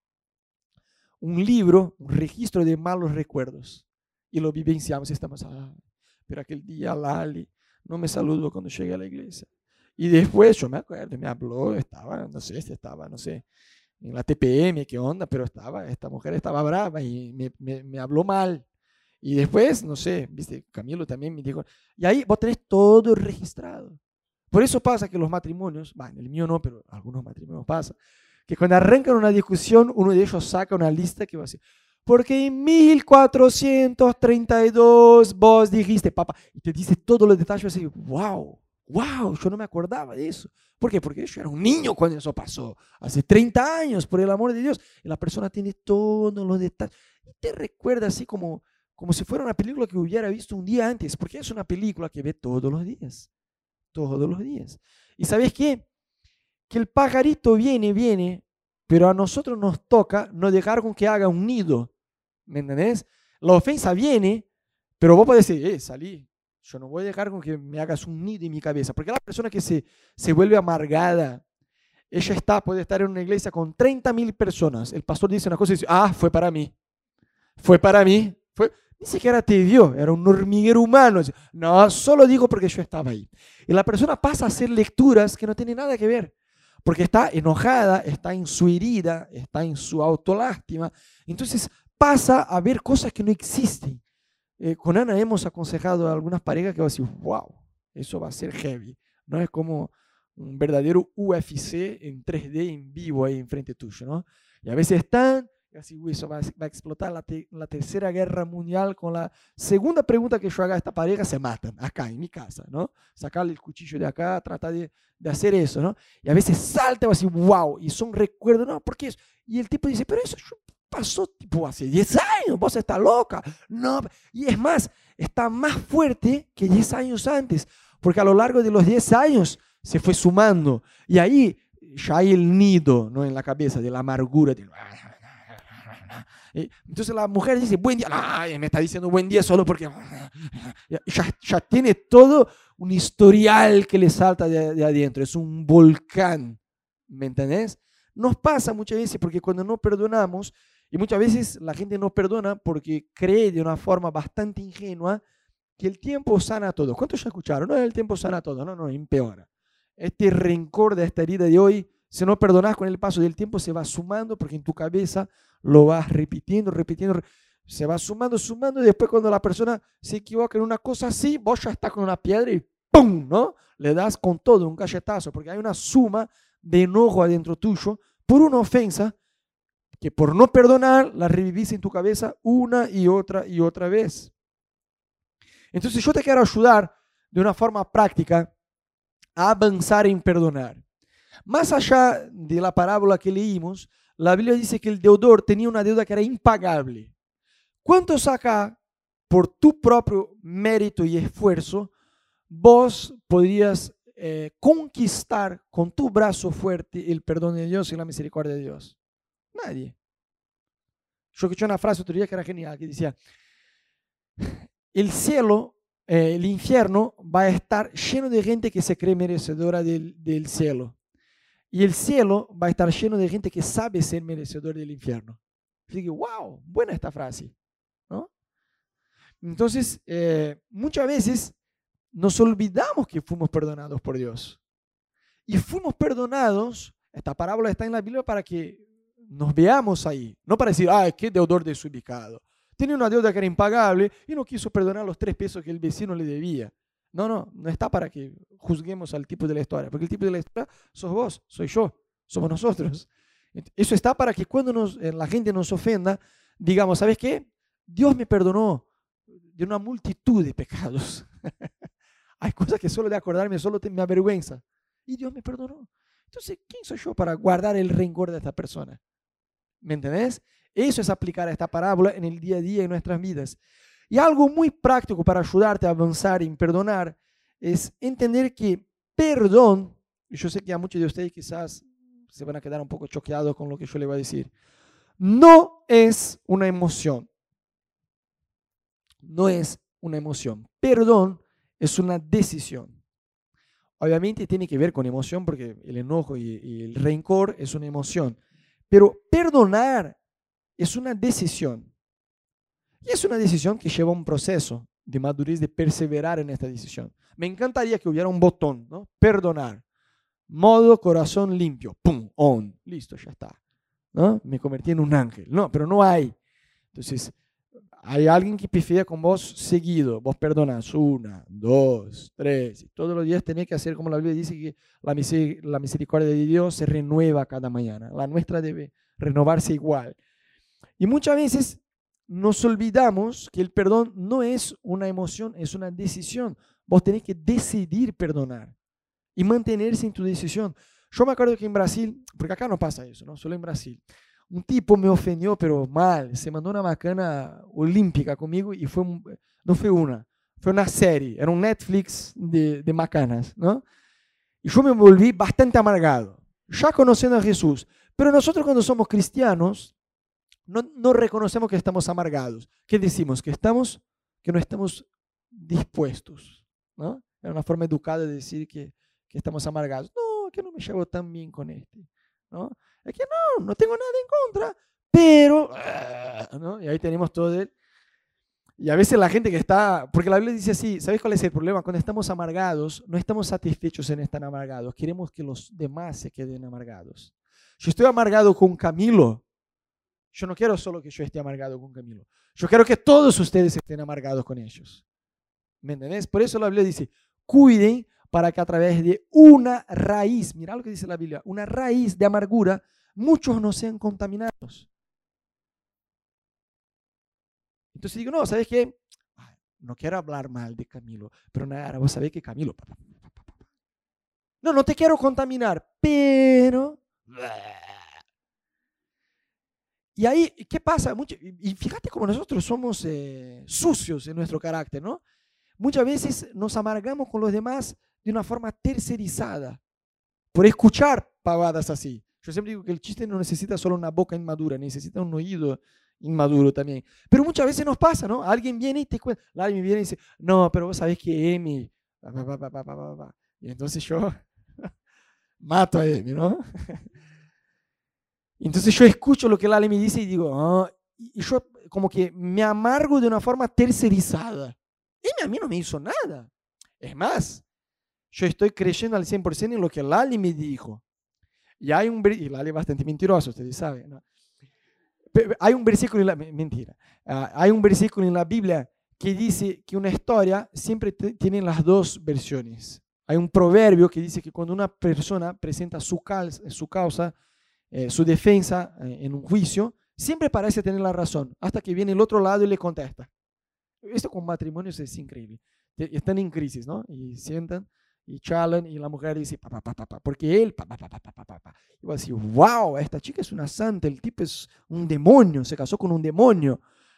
Speaker 1: Un libro, un registro de malos recuerdos. Y lo vivenciamos y estamos, ah, pero aquel día Lali no me saludó cuando llegué a la iglesia. Y después, yo me acuerdo, me habló, estaba, no sé si estaba, no sé, en la T P M, qué onda, pero estaba, esta mujer estaba brava y me, me, me habló mal. Y después, no sé, viste, Camilo también me dijo, y ahí vos tenés todo registrado. Por eso pasa que los matrimonios, bueno, el mío no, pero algunos matrimonios pasa, que cuando arrancan una discusión, uno de ellos saca una lista que va a decir, porque en mil cuatrocientos treinta y dos vos dijiste, papá, y te dice todos los detalles, así, wow, wow, yo no me acordaba de eso. ¿Por qué? Porque yo era un niño cuando eso pasó, hace treinta años, por el amor de Dios. Y la persona tiene todos los detalles. Y te recuerda así como, como si fuera una película que hubiera visto un día antes, porque es una película que ve todos los días. Todos los días. ¿Y sabes qué? Que el pajarito viene, viene, pero a nosotros nos toca no dejar con que haga un nido. ¿Me entendés? La ofensa viene, pero vos podés decir, eh, salí. Yo no voy a dejar con que me hagas un nido en mi cabeza. Porque la persona que se, se vuelve amargada, ella está, puede estar en una iglesia con treinta mil personas. El pastor dice una cosa y dice, ah, fue para mí. Fue para mí. Fue, ni siquiera te vio, era un hormiguero humano. No, solo digo porque yo estaba ahí. Y la persona pasa a hacer lecturas que no tienen nada que ver. Porque está enojada, está en su herida, está en su autolástima. Entonces pasa a ver cosas que no existen. Eh, con Ana hemos aconsejado a algunas parejas que van a decir, wow, eso va a ser heavy. No es como un verdadero U F C en tres D en vivo ahí enfrente tuyo, ¿no? Y a veces están, y así, uy, eso va a, va a explotar la, te, la tercera guerra mundial con la segunda pregunta que yo haga a esta pareja, se matan, acá en mi casa, ¿no? Sacarle el cuchillo de acá, tratar de, de hacer eso, ¿no? Y a veces salta y va a decir, wow, y son recuerdos, no, ¿por qué eso? Y el tipo dice, pero eso yo pasó tipo hace diez años, vos estás loca. No, y es más, está más fuerte que diez años antes, porque a lo largo de los diez años se fue sumando. Y ahí ya hay el nido, ¿no? En la cabeza de la amargura. De... Entonces la mujer dice, buen día. Ay, me está diciendo buen día solo porque ya, ya tiene todo un historial que le salta de, de adentro. Es un volcán, ¿me entendés? Nos pasa muchas veces porque cuando no perdonamos, y muchas veces la gente no perdona porque cree de una forma bastante ingenua que el tiempo sana todo. ¿Cuántos ya escucharon? No, el tiempo sana todo. No, no, empeora. Este rencor de esta herida de hoy, si no perdonas con el paso del tiempo, se va sumando porque en tu cabeza lo vas repitiendo, repitiendo, se va sumando, sumando, y después cuando la persona se equivoca en una cosa así, vos ya estás con una piedra y ¡pum!, ¿no? Le das con todo un cachetazo porque hay una suma de enojo adentro tuyo por una ofensa que por no perdonar la revivís en tu cabeza una y otra y otra vez. Entonces yo te quiero ayudar de una forma práctica a avanzar en perdonar. Más allá de la parábola que leímos, la Biblia dice que el deudor tenía una deuda que era impagable. ¿Cuántos acá, por tu propio mérito y esfuerzo, vos podrías eh, conquistar con tu brazo fuerte el perdón de Dios y la misericordia de Dios? Nadie. Yo escuché una frase otro día que era genial, que decía, el cielo, eh, el infierno va a estar lleno de gente que se cree merecedora del, del cielo. Y el cielo va a estar lleno de gente que sabe ser merecedor del infierno. Así que, wow, buena esta frase, ¿no? Entonces, eh, muchas veces nos olvidamos que fuimos perdonados por Dios. Y fuimos perdonados, esta parábola está en la Biblia para que nos veamos ahí, no para decir, ay, qué deudor desubicado. Tenía una deuda que era impagable y no quiso perdonar los tres pesos que el vecino le debía. No, no, no está para que juzguemos al tipo de la historia, porque el tipo de la historia sos vos, soy yo, somos nosotros. Eso está para que cuando nos, la gente nos ofenda, digamos, ¿sabes qué? Dios me perdonó de una multitud de pecados. Hay cosas que solo de acordarme, solo me avergüenza. Y Dios me perdonó. Entonces, ¿quién soy yo para guardar el rencor de esta persona? ¿Me entendés? Eso es aplicar esta parábola en el día a día en nuestras vidas. Y algo muy práctico para ayudarte a avanzar en perdonar es entender que perdón, y yo sé que a muchos de ustedes quizás se van a quedar un poco choqueados con lo que yo les voy a decir, no es una emoción. No es una emoción. Perdón es una decisión. Obviamente tiene que ver con emoción porque el enojo y, y el rencor es una emoción. Pero perdonar es una decisión. Y es una decisión que lleva un proceso de madurez, de perseverar en esta decisión. Me encantaría que hubiera un botón, ¿no? Perdonar. Modo corazón limpio. ¡Pum! On. Listo, ya está. ¿No? Me convertí en un ángel. No, pero no hay. Entonces, hay alguien que pifia con vos seguido. Vos perdonás una, dos, tres. Y todos los días tenés que hacer como la Biblia dice que la, miser la misericordia de Dios se renueva cada mañana. La nuestra debe renovarse igual. Y muchas veces nos olvidamos que el perdón no es una emoción, es una decisión. Vos tenés que decidir perdonar y mantenerse en tu decisión. Yo me acuerdo que en Brasil, porque acá no pasa eso, ¿no? Solo en Brasil, un tipo me ofendió, pero mal, se mandó una macana olímpica conmigo y fue, no fue una, fue una serie, era un Netflix de, de macanas, ¿no? Y yo me volví bastante amargado, ya conociendo a Jesús. Pero nosotros cuando somos cristianos, No, no reconocemos que estamos amargados. ¿Qué decimos? Que, estamos, que no estamos dispuestos, ¿no? Es una forma educada de decir que, que estamos amargados. No, que no me llevo tan bien con este, ¿no? Es que no, no tengo nada en contra, pero, ¿no? Y ahí tenemos todo el... Y a veces la gente que está, porque la Biblia dice así, ¿sabes cuál es el problema? Cuando estamos amargados, no estamos satisfechos en estar amargados, queremos que los demás se queden amargados. Si estoy amargado con Camilo, yo no quiero solo que yo esté amargado con Camilo. Yo quiero que todos ustedes estén amargados con ellos. ¿Me entendés? Por eso la Biblia dice, cuiden para que a través de una raíz, mira lo que dice la Biblia, una raíz de amargura, muchos no sean contaminados. Entonces digo, no, ¿sabes qué? No quiero hablar mal de Camilo, pero nada, vos sabés que Camilo... No, no te quiero contaminar, pero... Y ahí, ¿qué pasa? Mucho, y fíjate cómo nosotros somos eh, sucios en nuestro carácter, ¿no? Muchas veces nos amargamos con los demás de una forma tercerizada, por escuchar pavadas así. Yo siempre digo que el chiste no necesita solo una boca inmadura, necesita un oído inmaduro también. Pero muchas veces nos pasa, ¿no? Alguien viene y te cuenta, alguien viene y dice, no, pero vos sabés que Emi, pa, pa, pa, pa, pa, pa, pa. Y entonces yo mato a Emi, ¿no? Entonces yo escucho lo que el Ale me dice y digo, oh, y yo como que me amargo de una forma tercerizada. Y a mí no me hizo nada. Es más, yo estoy creyendo al cien por ciento en lo que el Ale me dijo. Y hay un, y el Ale es bastante mentiroso, ustedes saben, ¿no? Hay un versículo en la, mentira, uh, hay un versículo en la Biblia que dice que una historia siempre tiene las dos versiones. Hay un proverbio que dice que cuando una persona presenta su, cal, su causa, Eh, su defensa eh, en un juicio, siempre parece tener la razón, hasta que viene el otro lado y le contesta. Esto con matrimonios es increíble. Están en crisis, ¿no? Y sientan y charlan y la mujer dice, pa, pa, pa, pa, pa, porque él, pa, pa, pa, pa, pa, pa, pa. Y va a decir, wow, esta chica es una santa, el tipo es un demonio, se casó con un demonio.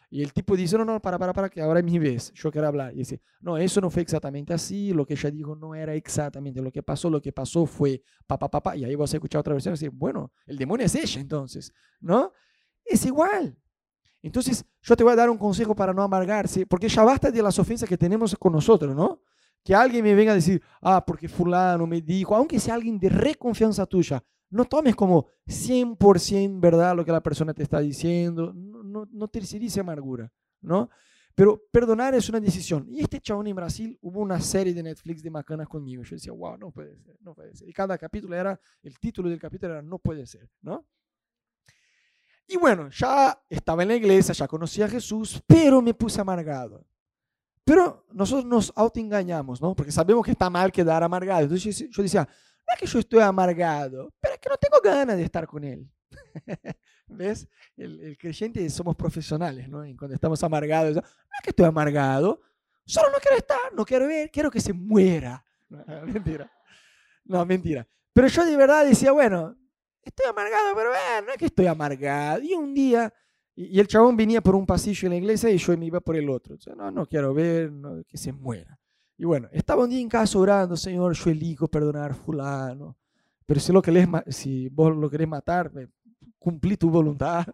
Speaker 1: Y el tipo dice, no, no, para, para, para, que ahora es mi vez, yo quiero hablar. Y dice, no, eso no fue exactamente así, lo que ella dijo no era exactamente lo que pasó, lo que pasó fue papá, papá, pa, y ahí vas a escuchar otra versión y decir, bueno, el demonio es ella entonces, ¿no? Es igual. Entonces, yo te voy a dar un consejo para no amargarse, porque ya basta de las ofensas que tenemos con nosotros, ¿no? Que alguien me venga a decir, ah, porque fulano me dijo, aunque sea alguien de reconfianza tuya, no tomes como cien por ciento verdad lo que la persona te está diciendo, no, no, no tercerice amargura, ¿no? Pero perdonar es una decisión. Y este chabón en Brasil, hubo una serie de Netflix de macanas conmigo. Yo decía, wow, no puede ser, no puede ser. Y cada capítulo era, el título del capítulo era, no puede ser, ¿no? Y bueno, ya estaba en la iglesia, ya conocía a Jesús, pero me puse amargado. Pero nosotros nos autoengañamos, ¿no? Porque sabemos que está mal quedar amargado. Entonces yo decía, no es que yo estoy amargado, pero es que no tengo ganas de estar con él. ¿Ves? El, el creyente somos profesionales, ¿no? Y cuando estamos amargados, no es que estoy amargado, solo no quiero estar, no quiero ver, quiero que se muera. No, mentira. No, mentira. Pero yo de verdad decía, bueno, estoy amargado, pero bueno, no es que estoy amargado. Y un día, y, y el chabón venía por un pasillo en la iglesia y yo me iba por el otro. O sea, no, no quiero ver, no, que se muera. Y bueno, estaba un día en casa orando, Señor, yo elijo perdonar a fulano. Pero si, lo querés, si vos lo querés matar, cumplí tu voluntad.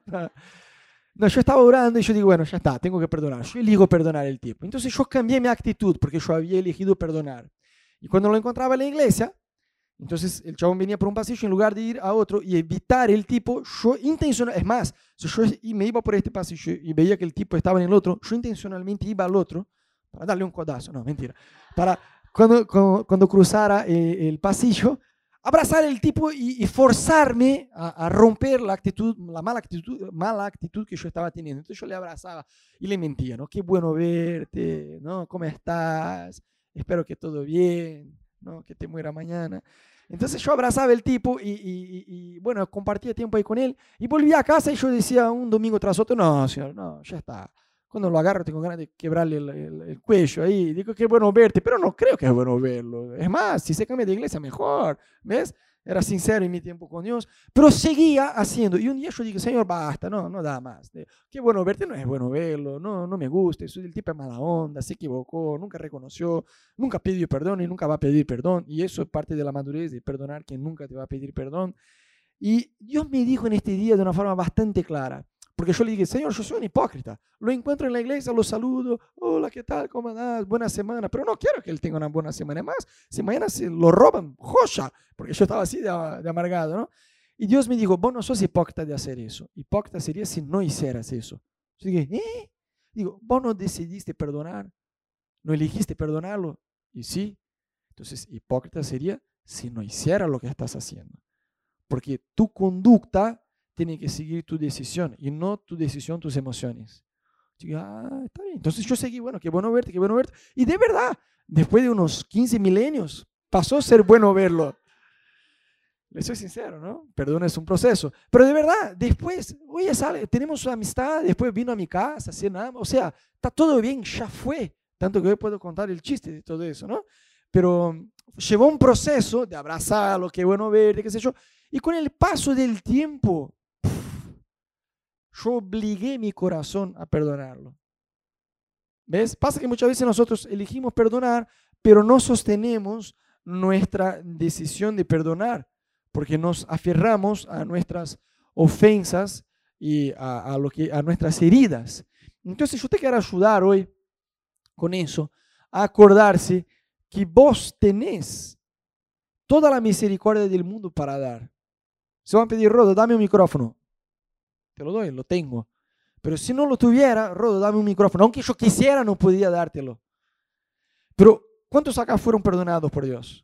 Speaker 1: No, yo estaba orando y yo digo, bueno, ya está, tengo que perdonar. Yo elijo perdonar el tipo. Entonces yo cambié mi actitud porque yo había elegido perdonar. Y cuando lo encontraba en la iglesia, entonces el chabón venía por un pasillo en lugar de ir a otro y evitar el tipo, yo intencionalmente, es más, si yo me iba por este pasillo y veía que el tipo estaba en el otro, yo intencionalmente iba al otro para darle un codazo, no, mentira, para cuando, cuando, cuando cruzara eh, el pasillo, abrazar al tipo y, y forzarme a, a romper la actitud, la mala actitud, mala actitud que yo estaba teniendo. Entonces yo le abrazaba y le mentía, ¿no? Qué bueno verte, ¿no? ¿Cómo estás? Espero que todo bien, ¿no? Que te muera mañana. Entonces yo abrazaba al tipo y, y, y, y bueno, compartía tiempo ahí con él y volvía a casa y yo decía un domingo tras otro, no, señor, no, ya está. Cuando lo agarro tengo ganas de quebrarle el, el, el cuello ahí. Digo que es bueno verte, pero no creo que es bueno verlo. Es más, si se cambia de iglesia, mejor. ¿Ves? Era sincero en mi tiempo con Dios. Pero seguía haciendo. Y un día yo dije, Señor, basta, no, no da más. Qué bueno verte, no es bueno verlo. No, no me gusta. Eso, el tipo es mala onda, se equivocó, nunca reconoció, nunca pidió perdón y nunca va a pedir perdón. Y eso es parte de la madurez, de perdonar quien nunca te va a pedir perdón. Y Dios me dijo en este día de una forma bastante clara. Porque yo le dije, Señor, yo soy un hipócrita. Lo encuentro en la iglesia, lo saludo. Hola, ¿qué tal? ¿Cómo andás? Buena semana. Pero no quiero que él tenga una buena semana más. Si mañana se lo roban, joya. Porque yo estaba así de, de amargado, ¿no? Y Dios me dijo, vos no sos hipócrita de hacer eso. Hipócrita sería si no hicieras eso. Yo dije, ¿eh? Digo, vos no decidiste perdonar. No elegiste perdonarlo. Y sí. Entonces, hipócrita sería si no hicieras lo que estás haciendo. Porque tu conducta tiene que seguir tu decisión y no tu decisión, tus emociones. Digo, ah, está bien. Entonces yo seguí, bueno, qué bueno verte, qué bueno verte. Y de verdad, después de unos quince milenios, pasó a ser bueno verlo. Le soy sincero, ¿no? Perdón, es un proceso. Pero de verdad, después, oye, sale, tenemos amistad, después vino a mi casa, cenamos, o sea, está todo bien, ya fue. Tanto que hoy puedo contar el chiste de todo eso, ¿no? Pero llevó un proceso de abrazarlo, qué bueno verte, qué sé yo. Y con el paso del tiempo, yo obligué mi corazón a perdonarlo. ¿Ves? Pasa que muchas veces nosotros elegimos perdonar, pero no sostenemos nuestra decisión de perdonar, porque nos aferramos a nuestras ofensas y a, a, lo que, a nuestras heridas. Entonces yo te quiero ayudar hoy con eso, a acordarse que vos tenés toda la misericordia del mundo para dar. Se van a pedir, Rodo, dame un micrófono. Te lo doy, lo tengo. Pero si no lo tuviera, Rodo, dame un micrófono. Aunque yo quisiera, no podía dártelo. Pero, ¿cuántos acá fueron perdonados por Dios?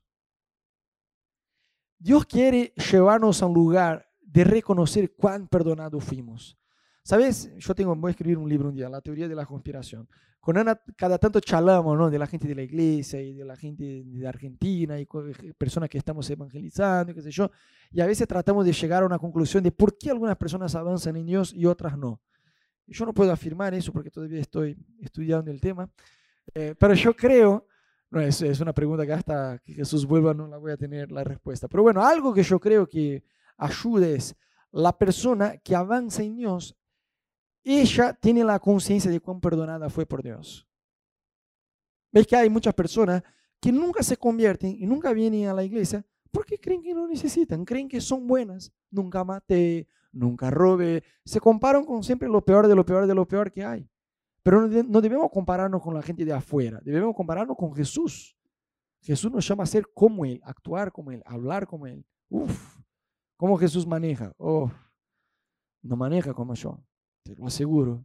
Speaker 1: Dios quiere llevarnos a un lugar de reconocer cuán perdonados fuimos. ¿Sabes? Yo tengo, voy a escribir un libro un día, La teoría de la conspiración. Con Ana, cada tanto charlamos, ¿no? De la gente de la iglesia y de la gente de Argentina y personas que estamos evangelizando, qué sé yo. Y a veces tratamos de llegar a una conclusión de por qué algunas personas avanzan en Dios y otras no. Yo no puedo afirmar eso porque todavía estoy estudiando el tema. Eh, pero yo creo, no, es, es una pregunta que hasta que Jesús vuelva no la voy a tener la respuesta. Pero bueno, algo que yo creo que ayuda es la persona que avanza en Dios ella tiene la conciencia de cuán perdonada fue por Dios. ¿Ves que hay muchas personas que nunca se convierten y nunca vienen a la iglesia porque creen que no necesitan, creen que son buenas? Nunca maté, nunca robé. Se comparan con siempre lo peor de lo peor de lo peor que hay. Pero no debemos compararnos con la gente de afuera, debemos compararnos con Jesús. Jesús nos llama a ser como Él, actuar como Él, hablar como Él. Uf, ¿cómo Jesús maneja? Oh, no maneja como yo, te lo aseguro.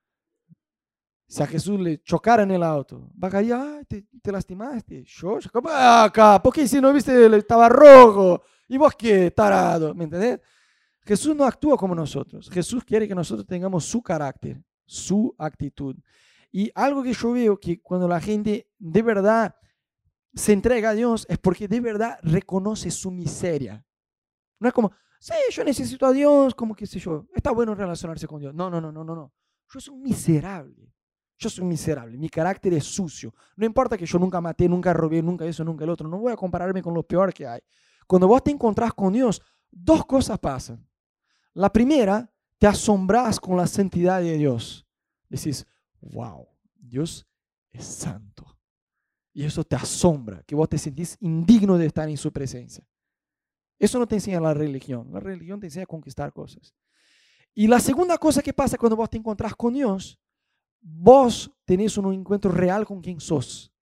Speaker 1: Si a Jesús le chocara en el auto, bajaría, ay, te, te lastimaste. Yo, yo acá, ¿por qué si no viste, estaba rojo? ¿Y vos qué, tarado? ¿Me entendés? Jesús no actúa como nosotros. Jesús quiere que nosotros tengamos su carácter, su actitud. Y algo que yo veo que cuando la gente de verdad se entrega a Dios es porque de verdad reconoce su miseria. No es como, sí, yo necesito a Dios, como que sé yo, está bueno relacionarse con Dios. No, no, no, no, no, no. Yo soy un miserable. Yo soy miserable, mi carácter es sucio. No importa que yo nunca maté, nunca robé, nunca eso, nunca el otro. No voy a compararme con lo peor que hay. Cuando vos te encontrás con Dios, dos cosas pasan. La primera, te asombras con la santidad de Dios. Decís, wow, Dios es santo. Y eso te asombra, que vos te sentís indigno de estar en su presencia. Eso no te enseña la religión. La religión te enseña a conquistar cosas. Y la segunda cosa que pasa cuando vos te encontrás con Dios, vos tenés un encuentro real con quien sos.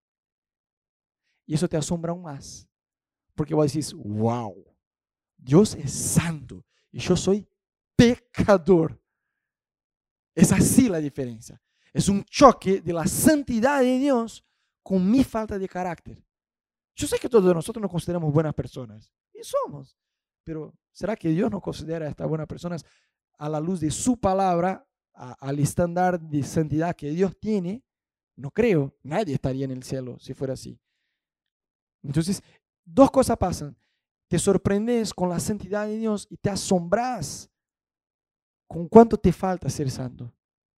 Speaker 1: Y eso te asombra aún más. Porque vos decís, wow, Dios es santo y yo soy pecador. Es así la diferencia. Es un choque de la santidad de Dios con mi falta de carácter. Yo sé que todos nosotros nos consideramos buenas personas. Y somos. Pero ¿será que Dios nos considera a estas buenas personas a la luz de su palabra, a, al estándar de santidad que Dios tiene? No creo. Nadie estaría en el cielo si fuera así. Entonces, dos cosas pasan. Te sorprendes con la santidad de Dios y te asombras con cuánto te falta ser santo.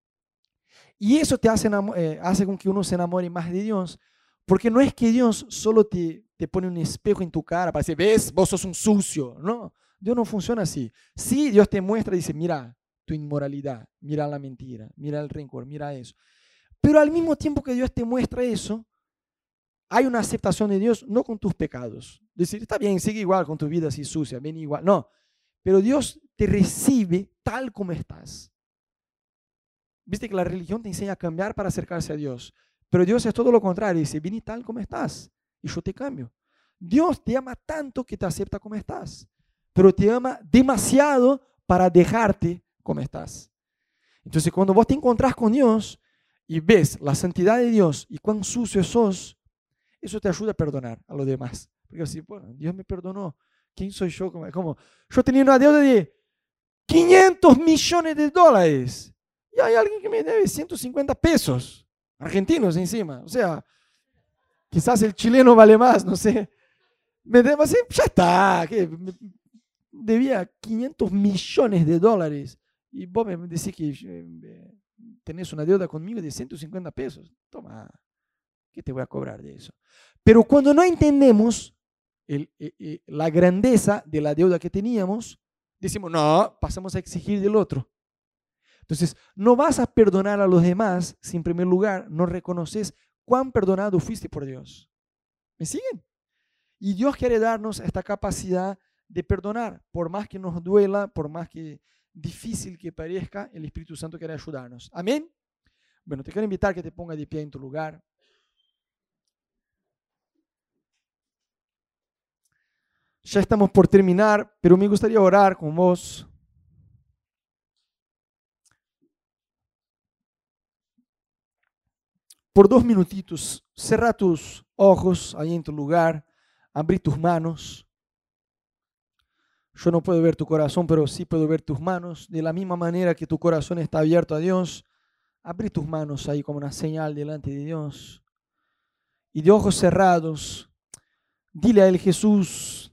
Speaker 1: Y eso te hace, eh, hace con que uno se enamore más de Dios, porque no es que Dios solo te, te pone un espejo en tu cara para decir, ves, vos sos un sucio. No, Dios no funciona así. Sí, Dios te muestra y dice, mira tu inmoralidad, mira la mentira, mira el rencor, mira eso. Pero al mismo tiempo que Dios te muestra eso, hay una aceptación de Dios, no con tus pecados. Decir, está bien, sigue igual con tu vida así sucia, ven igual. No, pero Dios te recibe tal como estás. Viste que la religión te enseña a cambiar para acercarse a Dios. Pero Dios es todo lo contrario. Dice, ven tal como estás y yo te cambio. Dios te ama tanto que te acepta como estás. Pero te ama demasiado para dejarte como estás. Entonces cuando vos te encontrás con Dios y ves la santidad de Dios y cuán sucio sos, eso te ayuda a perdonar a los demás. Porque así, bueno, Dios me perdonó. ¿Quién soy yo? Como, yo tenía una deuda de quinientos millones de dólares. Y hay alguien que me debe ciento cincuenta pesos, argentinos encima. O sea, quizás el chileno vale más, no sé. Me debe así, ya está. ¿Qué? Me debía quinientos millones de dólares. Y vos me decís que eh, tenés una deuda conmigo de ciento cincuenta pesos. Toma, ¿qué te voy a cobrar de eso? Pero cuando no entendemos el, el, el, la grandeza de la deuda que teníamos, decimos, no, pasamos a exigir del otro. Entonces, no vas a perdonar a los demás si en primer lugar no reconoces cuán perdonado fuiste por Dios. ¿Me siguen? Y Dios quiere darnos esta capacidad de perdonar, por más que nos duela, por más que difícil que parezca, el Espíritu Santo quiere ayudarnos. ¿Amén? Bueno, te quiero invitar a que te pongas de pie en tu lugar. Ya estamos por terminar, pero me gustaría orar con vos. Por dos minutitos, cerra tus ojos ahí en tu lugar, abrí tus manos. Yo no puedo ver tu corazón, pero sí puedo ver tus manos. De la misma manera que tu corazón está abierto a Dios, abrí tus manos ahí como una señal delante de Dios. Y de ojos cerrados, dile a Él, Jesús,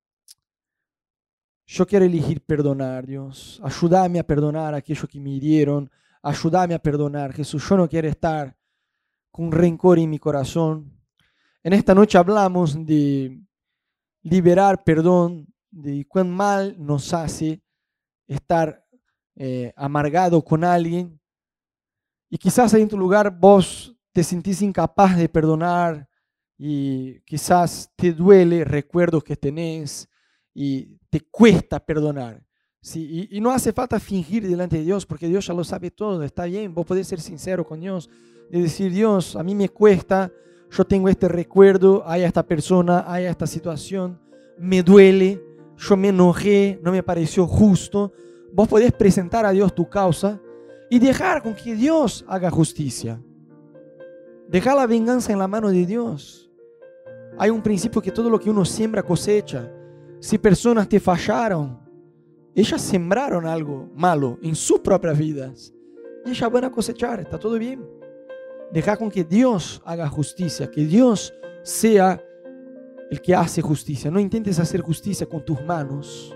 Speaker 1: yo quiero elegir perdonar, Dios. Ayúdame a perdonar a aquellos que me hirieron. Ayúdame a perdonar, Jesús. Yo no quiero estar con rencor en mi corazón. En esta noche hablamos de liberar perdón, de cuán mal nos hace estar eh, amargado con alguien, y quizás ahí en tu lugar vos te sentís incapaz de perdonar y quizás te duele recuerdos que tenés y te cuesta perdonar. Sí, y, y no hace falta fingir delante de Dios, porque Dios ya lo sabe todo, está bien, vos podés ser sincero con Dios, de decir, Dios, a mí me cuesta, yo tengo este recuerdo, hay esta persona, hay esta situación, me duele, yo me enojé, no me pareció justo. Vos podés presentar a Dios tu causa y dejar con que Dios haga justicia. Dejar la venganza en la mano de Dios. Hay un principio que todo lo que uno siembra cosecha. Si personas te fallaron, ellas sembraron algo malo en sus propias vidas y ellas van a cosechar, está todo bien. Deja con que Dios haga justicia, que Dios sea el que hace justicia. No intentes hacer justicia con tus manos.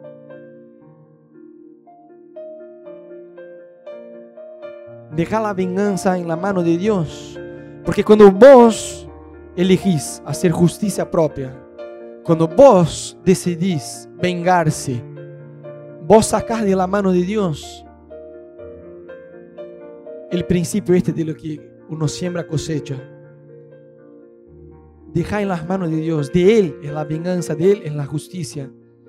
Speaker 1: Deja la venganza en la mano de Dios, porque cuando vos elegís hacer justicia propia, cuando vos decidís vengarse, vos sacás de la mano de Dios el principio este de lo que uno siembra cosecha. Deja en las manos de Dios, de Él es la venganza, de Él es la justicia.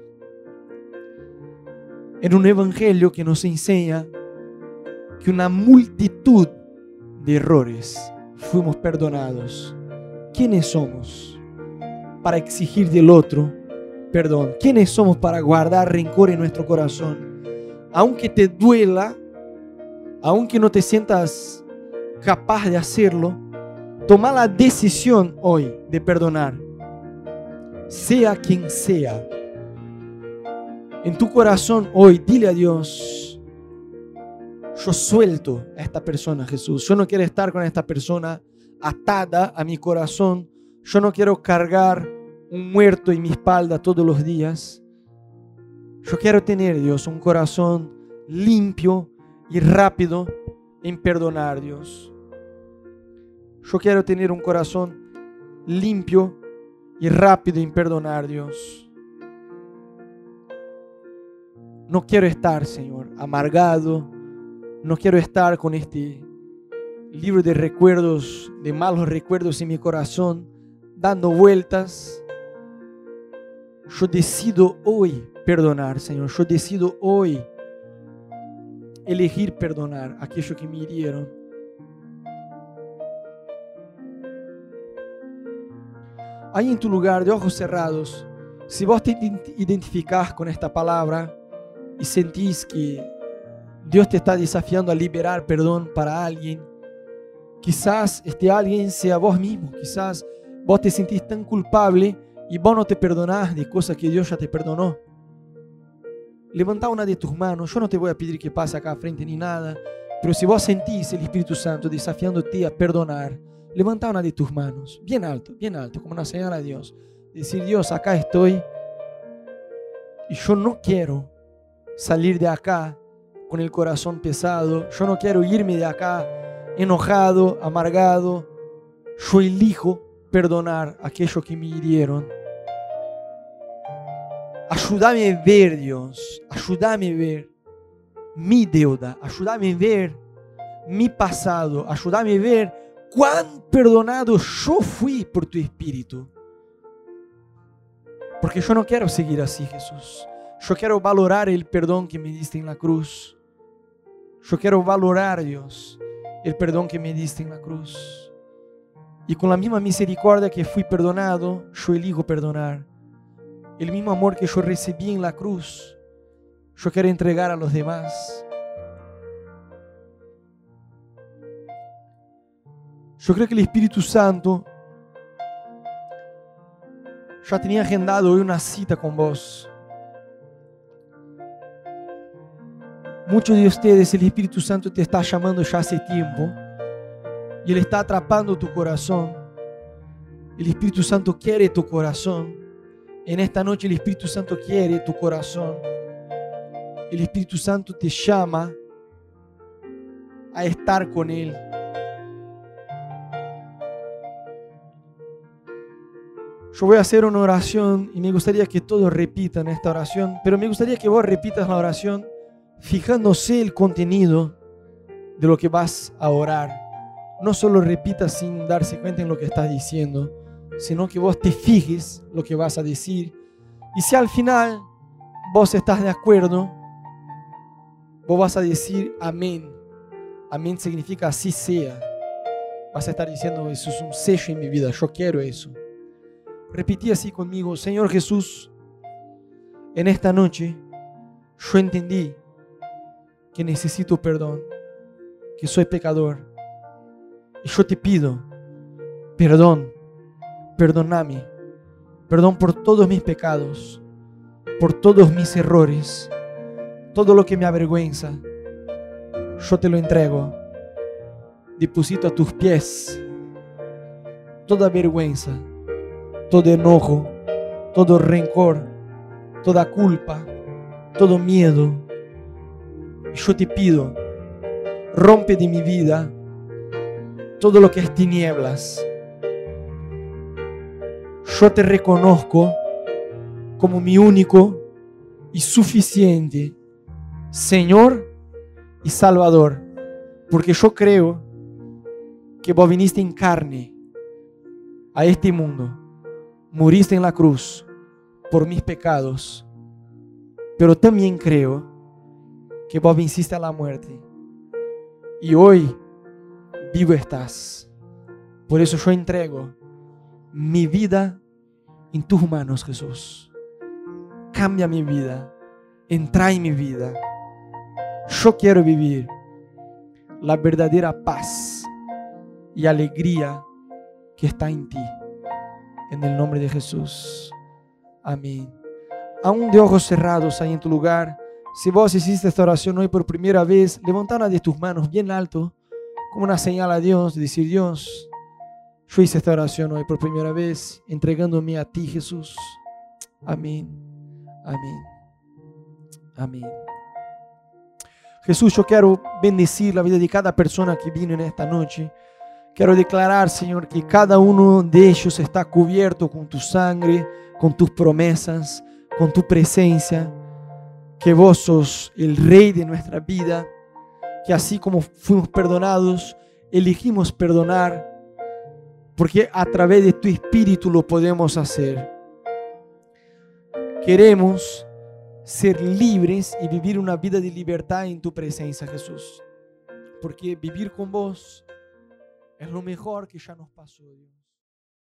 Speaker 1: En un evangelio que nos enseña que una multitud de errores fuimos perdonados. ¿Quiénes somos para exigir del otro perdón? ¿Quiénes somos para guardar rencor en nuestro corazón? Aunque te duela, aunque no te sientas capaz de hacerlo, toma la decisión hoy de perdonar, sea quien sea. En tu corazón hoy, dile a Dios, yo suelto a esta persona, Jesús. Yo no quiero estar con esta persona atada a mi corazón. Yo no quiero cargar un muerto en mi espalda todos los días. Yo quiero tener, Dios, un corazón limpio y rápido en perdonar, Dios. Yo quiero tener un corazón limpio y rápido en perdonar, Dios. No quiero estar, Señor, amargado. No quiero estar con este libro de recuerdos, de malos recuerdos en mi corazón, dando vueltas. Yo decido hoy perdonar, Señor. Yo decido hoy elegir perdonar a aquellos que me hirieron. Ahí en tu lugar de ojos cerrados, si vos te identificás con esta palabra y sentís que Dios te está desafiando a liberar perdón para alguien, quizás este alguien sea vos mismo, quizás vos te sentís tan culpable y vos no te perdonás de cosas que Dios ya te perdonó. Levanta una de tus manos. Yo no te voy a pedir que pase acá frente ni nada, pero si vos sentís el Espíritu Santo desafiándote a perdonar, levanta una de tus manos, bien alto, bien alto, como una señal a Dios. Decir, Dios, acá estoy y yo no quiero salir de acá con el corazón pesado. Yo no quiero irme de acá enojado, amargado. Yo elijo perdonar a aquellos que me hirieron. Ayúdame a ver, Dios, ayúdame a ver mi deuda, ayúdame a ver mi pasado, ayúdame a ver cuán perdonado yo fui por tu Espíritu. Porque yo no quiero seguir así, Jesús. Yo quiero valorar el perdón que me diste en la cruz. Yo quiero valorar, Dios, el perdón que me diste en la cruz. Y con la misma misericordia que fui perdonado, yo elijo perdonar. El mismo amor que yo recibí en la cruz, yo quiero entregar a los demás. Yo creo que el Espíritu Santo ya tenía agendado hoy una cita con vos. Muchos de ustedes, el Espíritu Santo te está llamando ya hace tiempo y Él está atrapando tu corazón. El Espíritu Santo quiere tu corazón. En esta noche el Espíritu Santo quiere tu corazón. El Espíritu Santo te llama a estar con Él. Yo voy a hacer una oración y me gustaría que todos repitan esta oración, pero me gustaría que vos repitas la oración fijándose el contenido de lo que vas a orar. No solo repitas sin darse cuenta en lo que estás diciendo, sino que vos te fijes lo que vas a decir. Y si al final vos estás de acuerdo, vos vas a decir amén. Amén significa así sea. Vas a estar diciendo, eso es un sello en mi vida, yo quiero eso. Repetí así conmigo: Señor Jesús, en esta noche yo entendí que necesito perdón, que soy pecador. Y yo te pido perdón, perdóname, perdón por todos mis pecados, por todos mis errores, todo lo que me avergüenza. Yo te lo entrego, deposito a tus pies toda vergüenza, todo enojo, todo rencor, toda culpa, todo miedo. Y yo te pido, rompe de mi vida todo lo que es tinieblas. Yo te reconozco como mi único y suficiente Señor y Salvador, porque yo creo que vos viniste en carne a este mundo, muriste en la cruz por mis pecados, pero también creo que vos venciste a la muerte y hoy vivo estás. Por eso yo entrego mi vida en tus manos, Jesús. Cambia mi vida, entra en mi vida. Yo quiero vivir la verdadera paz y alegría que está en ti. En el nombre de Jesús. Amén. Aún de ojos cerrados ahí en tu lugar, si vos hiciste esta oración hoy por primera vez, levanta una de tus manos bien alto, como una señal a Dios, de decir: Dios, yo hice esta oración hoy por primera vez, entregándome a ti, Jesús. Amén. Amén. Amén. Jesús, yo quiero bendecir la vida de cada persona que vino en esta noche. Quiero declarar, Señor, que cada uno de ellos está cubierto con tu sangre, con tus promesas, con tu presencia, que vos sos el Rey de nuestra vida, que así como fuimos perdonados, elegimos perdonar, porque a través de tu Espíritu lo podemos hacer. Queremos ser libres y vivir una vida de libertad en tu presencia, Jesús, porque vivir con vos es lo mejor que ya nos pasó, Dios.